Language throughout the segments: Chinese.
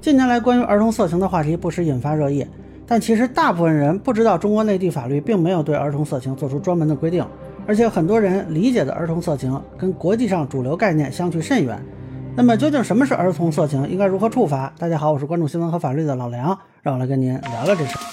近年来关于儿童色情的话题不时引发热议，但其实大部分人不知道中国内地法律并没有对儿童色情做出专门的规定，而且很多人理解的儿童色情跟国际上主流概念相去甚远。那么究竟什么是儿童色情，应该如何处罚？大家好，我是关注新闻和法律的老梁，让我来跟您聊聊这事。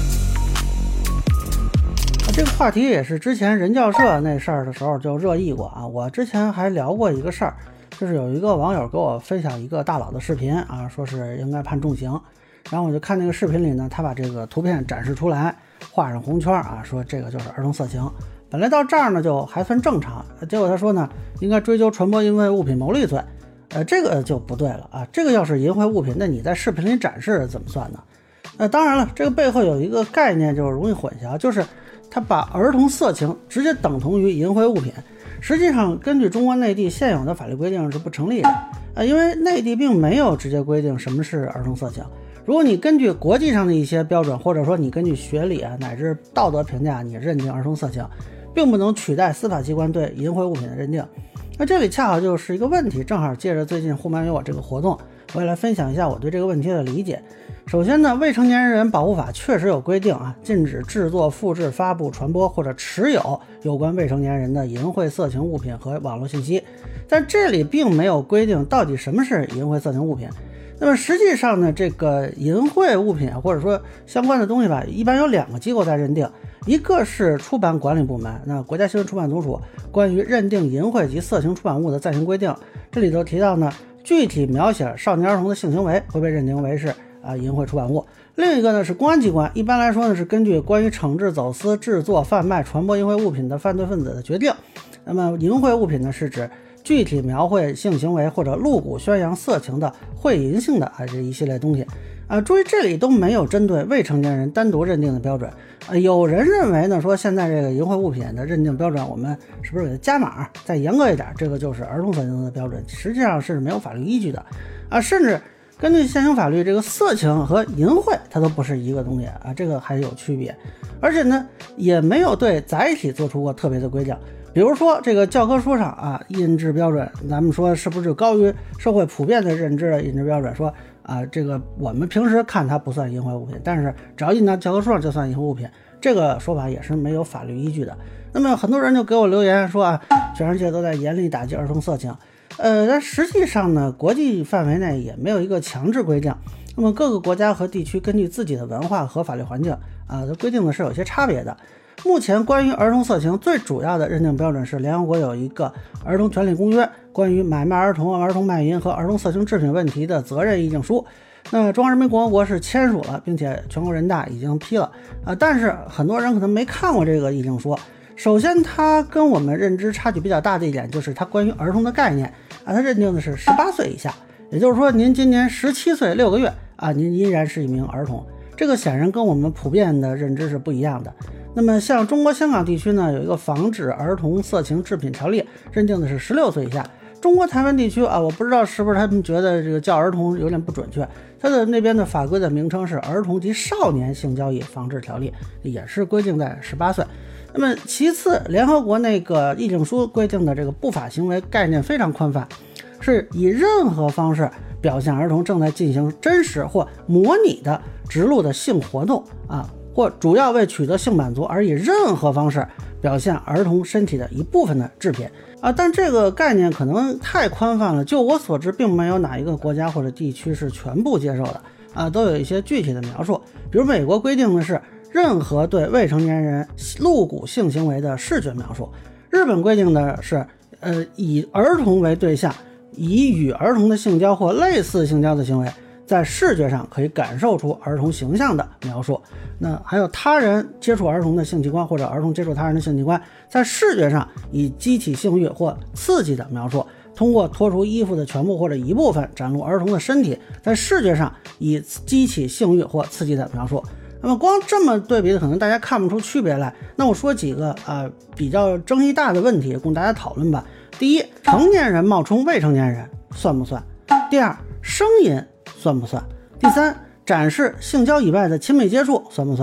这个话题也是之前人教社那事儿的时候就热议过啊。我之前还聊过一个事儿，就是有一个网友给我分享一个大佬的视频啊，说是应该判重刑。然后我就看那个视频里呢，他把这个图片展示出来，画上红圈啊，说这个就是儿童色情。本来到这儿呢就还算正常，结果他说呢，应该追究传播淫秽物品牟利罪。这个就不对了啊！这个要是淫秽物品，那你在视频里展示怎么算呢？当然了，这个背后有一个概念就是容易混淆，就是他把儿童色情直接等同于淫秽物品。实际上，根据中国内地现有的法律规定是不成立的因为内地并没有直接规定什么是儿童色情。如果你根据国际上的一些标准，或者说你根据学理乃至道德评价，你认定儿童色情，并不能取代司法机关对淫秽物品的认定。那这里恰好就是一个问题，正好借着最近互瞒于我这个活动，我也来分享一下我对这个问题的理解。首先呢，未成年人保护法确实有规定禁止制作、复制、发布、传播或者持有关未成年人的淫秽色情物品和网络信息，但这里并没有规定到底什么是淫秽色情物品。那么实际上呢，这个淫秽物品或者说相关的东西吧，一般有两个机构在认定，一个是出版管理部门，那国家新闻出版总署关于认定淫秽及色情出版物的暂行规定，这里头提到呢，具体描写少年儿童的性行为会被认定为是淫秽出版物。另一个呢是公安机关，一般来说呢是根据关于惩治走私、制作、贩卖、传播淫秽物品的犯罪分子的决定。那么淫秽物品呢是指具体描绘性行为或者露骨宣扬色情的会淫性的这一系列东西注意这里都没有针对未成年人单独认定的标准有人认为呢，说现在这个淫秽物品的认定标准，我们是不是给它加码再严格一点，这个就是儿童色情的标准，实际上是没有法律依据的甚至根据现行法律，这个色情和淫秽它都不是一个东西这个还有区别，而且呢也没有对载体做出过特别的规定。比如说这个教科书上印制标准，咱们说是不是高于社会普遍的认知的印制标准，说这个我们平时看它不算淫秽物品，但是只要印到教科书上就算淫秽物品，这个说法也是没有法律依据的。那么很多人就给我留言说全世界都在严厉打击儿童色情但实际上呢，国际范围内也没有一个强制规定，那么各个国家和地区根据自己的文化和法律环境规定的是有些差别的。目前关于儿童色情最主要的认定标准是联合国有一个儿童权利公约，关于买卖儿童、儿童卖淫和儿童色情制品问题的责任议定书。那中华人民共和国是签署了，并且全国人大已经批了但是很多人可能没看过这个议定书。首先它跟我们认知差距比较大的一点就是它关于儿童的概念它认定的是18岁以下，也就是说您今年17岁6个月您依然是一名儿童，这个显然跟我们普遍的认知是不一样的。那么像中国香港地区呢，有一个防止儿童色情制品条例，认定的是16岁以下。中国台湾地区我不知道是不是他们觉得这个叫儿童有点不准确，它的那边的法规的名称是儿童及少年性交易防治条例，也是规定在18岁。那么其次，联合国那个议定书规定的这个不法行为概念非常宽泛，是以任何方式表现儿童正在进行真实或模拟的植入的性活动或主要为取得性满足而以任何方式表现儿童身体的一部分的制品但这个概念可能太宽泛了，就我所知并没有哪一个国家或者地区是全部接受的都有一些具体的描述。比如美国规定的是任何对未成年人露骨性行为的视觉描述，日本规定的是以儿童为对象，以与儿童的性交或类似性交的行为在视觉上可以感受出儿童形象的描述。那还有他人接触儿童的性器官或者儿童接触他人的性器官，在视觉上以激起性欲或刺激的描述，通过脱除衣服的全部或者一部分展露儿童的身体，在视觉上以激起性欲或刺激的描述。那么光这么对比的可能大家看不出区别来，那我说几个比较争议大的问题供大家讨论吧。第一，成年人冒充未成年人算不算？第二，声音算不算？第三，展示性交以外的亲密接触算不算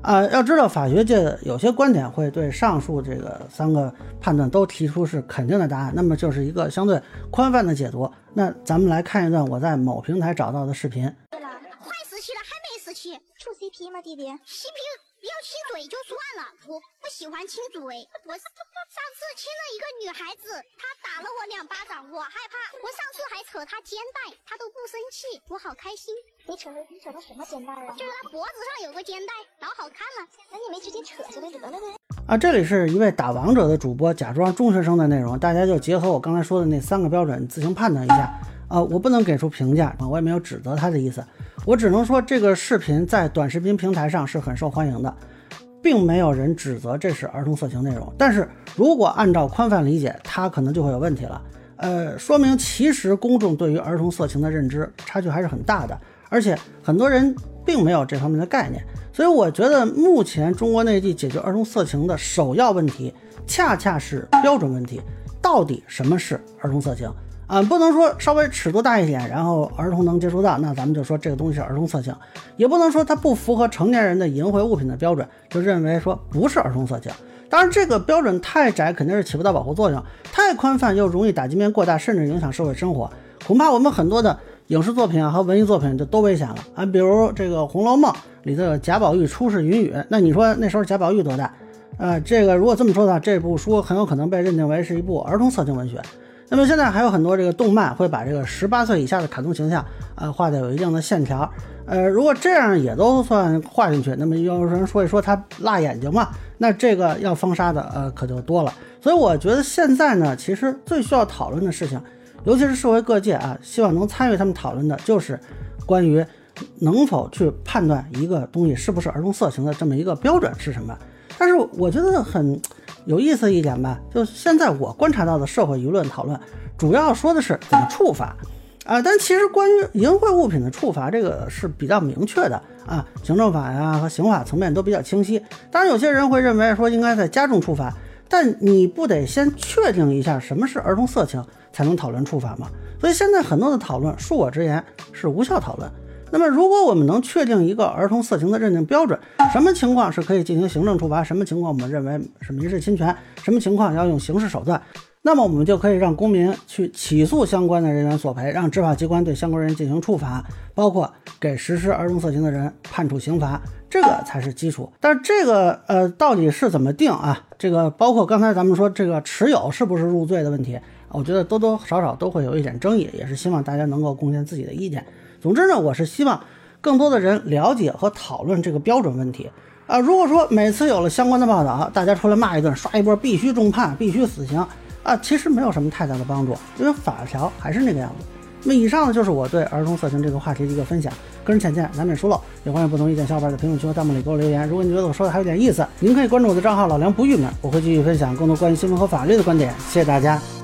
要知道法学界有些观点会对上述这个3个判断都提出是肯定的答案，那么就是一个相对宽泛的解读。那咱们来看一段我在某平台找到的视频。 对了，坏死期了还没死期，处 CP 吗，弟弟 ？CP 要亲嘴就算了，我不喜欢亲嘴。我上次亲了一个女孩子，她打了我2巴掌，我害怕。我上次还扯她肩带，她都不生气，我好开心。你扯她什么肩带啊？就是她脖子上有个肩带，老好看了。那你没直接扯下来得了呗？ 这里是一位打王者的主播假装中学生的内容，大家就结合我刚才说的那3个标准自行判断一下。我不能给出评价，我也没有指责他的意思，我只能说这个视频在短视频平台上是很受欢迎的，并没有人指责这是儿童色情内容。但是如果按照宽泛理解，它可能就会有问题了。说明其实公众对于儿童色情的认知差距还是很大的，而且很多人并没有这方面的概念。所以我觉得目前中国内地解决儿童色情的首要问题，恰恰是标准问题。到底什么是儿童色情？不能说稍微尺度大一点，然后儿童能接触到，那咱们就说这个东西是儿童色情，也不能说它不符合成年人的淫秽物品的标准，就认为说不是儿童色情。当然这个标准太窄肯定是起不到保护作用，太宽泛又容易打击面过大，甚至影响社会生活。恐怕我们很多的影视作品和文艺作品就都危险了比如这个《红楼梦》里头有贾宝玉出仕云雨，那你说那时候贾宝玉多大？这个如果这么说的话，这部书很有可能被认定为是一部儿童色情文学。那么现在还有很多这个动漫会把这个18岁以下的卡通形象画的有一定的线条，如果这样也都算画进去，那么有人说一说他辣眼睛嘛，那这个要封杀的可就多了。所以我觉得现在呢，其实最需要讨论的事情，尤其是社会各界希望能参与他们讨论的，就是关于能否去判断一个东西是不是儿童色情的这么一个标准是什么。但是我觉得很有意思一点吧，就现在我观察到的社会舆论讨论主要说的是怎么处罚但其实关于淫秽物品的处罚这个是比较明确的行政法呀和刑法层面都比较清晰。当然有些人会认为说应该在加重处罚，但你不得先确定一下什么是儿童色情才能讨论处罚吗？所以现在很多的讨论恕我直言是无效讨论。那么如果我们能确定一个儿童色情的认定标准，什么情况是可以进行行政处罚，什么情况我们认为是民事侵权，什么情况要用刑事手段，那么我们就可以让公民去起诉相关的人员索赔，让执法机关对相关人进行处罚，包括给实施儿童色情的人判处刑罚，这个才是基础。但是这个到底是怎么定这个包括刚才咱们说这个持有是不是入罪的问题，我觉得多多少少都会有一点争议，也是希望大家能够贡献自己的意见。总之呢，我是希望更多的人了解和讨论这个标准问题如果说每次有了相关的报道，大家出来骂一顿，刷一波必须重判必须死刑其实没有什么太大的帮助，因为法条还是那个样子。那么以上呢就是我对儿童色情这个话题的一个分享，个人浅见难免疏漏，也欢迎不同意见小伙伴在评论区和弹幕里给我留言。如果你觉得我说的还有点意思，您可以关注我的账号老梁不郁闷，我会继续分享更多关于新闻和法律的观点。谢谢大家。